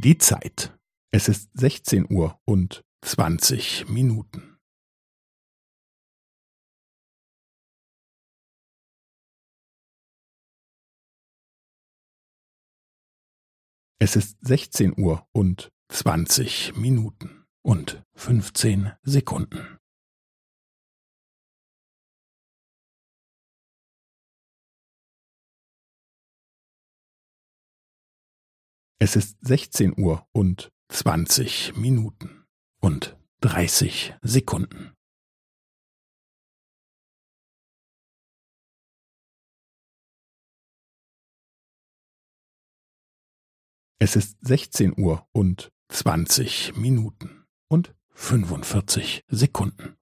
Die Zeit. Es ist 16:20. Es ist 16:20 und 15 Sekunden. Es ist 16:20 und 30 Sekunden. Es ist 16:20 und 45 Sekunden.